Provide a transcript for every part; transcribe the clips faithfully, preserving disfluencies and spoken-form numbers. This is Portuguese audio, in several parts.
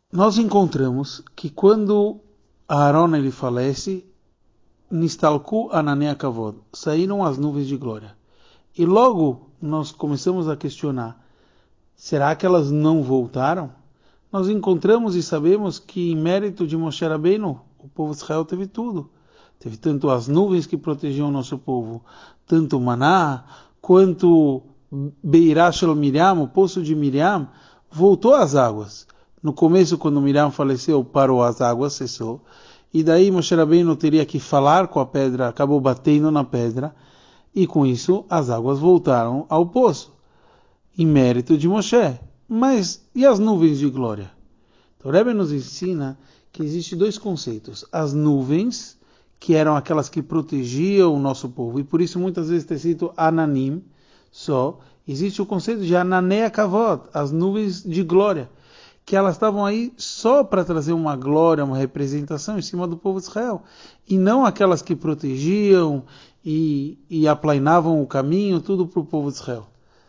nós encontramos que quando Aaron ele falece, Nistalku Ananei Kavod, saíram as nuvens de glória. E logo nós começamos a questionar, será que elas não voltaram? Nós encontramos e sabemos que em mérito de Moshe Rabbeinu, o povo de Israel teve tudo. Teve tanto as nuvens que protegiam o nosso povo, tanto o maná, quanto Beirá Shel Miriam, o poço de Miriam, voltou às águas. No começo, quando Miriam faleceu, parou as águas, cessou. E daí Moshe Rabbeinu teria que falar com a pedra, acabou batendo na pedra, e com isso as águas voltaram ao poço, em mérito de Moshe. Mas e as nuvens de glória? Então o Rebbe nos ensina que existem dois conceitos. As nuvens, que eram aquelas que protegiam o nosso povo, e por isso muitas vezes está escrito Ananim, só. Existe o conceito de Ananei Kavod, as nuvens de glória, que elas estavam aí só para trazer uma glória, uma representação em cima do povo de Israel, e não aquelas que protegiam e, e aplainavam o caminho, tudo para o povo de Israel.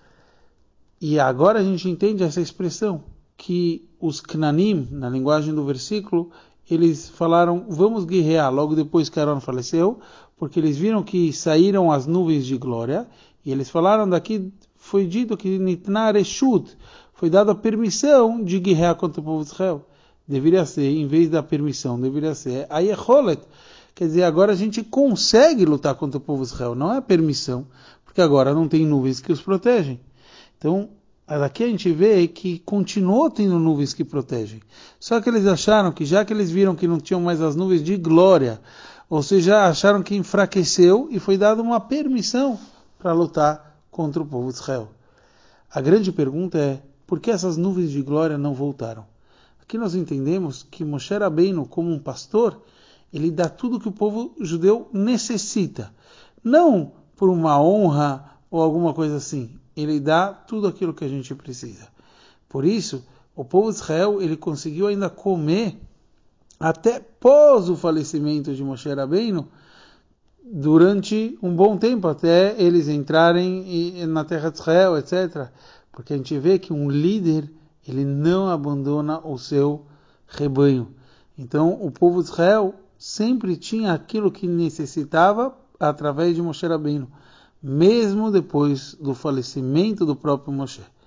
E agora a gente entende essa expressão, que os Knanim, na linguagem do versículo, eles falaram, vamos guerrear, logo depois que Aaron faleceu, porque eles viram que saíram as nuvens de glória, e eles falaram daqui, foi dito que Nitna Reshut, foi dada a permissão de guerrear contra o povo de Israel. Deveria ser, em vez da permissão, deveria ser a Yeholet. Quer dizer, agora a gente consegue lutar contra o povo de Israel, não é a permissão, porque agora não tem nuvens que os protegem. Então, daqui a gente vê que continuou tendo nuvens que protegem. Só que eles acharam que, já que eles viram que não tinham mais as nuvens de glória, ou seja, acharam que enfraqueceu e foi dada uma permissão para lutar contra o povo de Israel. A grande pergunta é, por que essas nuvens de glória não voltaram? Aqui nós entendemos que Moshe Rabbeinu, como um pastor, ele dá tudo que o povo judeu necessita. Não por uma honra ou alguma coisa assim. Ele dá tudo aquilo que a gente precisa. Por isso, o povo de Israel ele conseguiu ainda comer até pós o falecimento de Moshe Rabbeinu, durante um bom tempo, até eles entrarem na terra de Israel, etcétera. Porque a gente vê que um líder ele não abandona o seu rebanho. Então, o povo de Israel sempre tinha aquilo que necessitava através de Moshe Rabbeinu, mesmo depois do falecimento do próprio Moshe.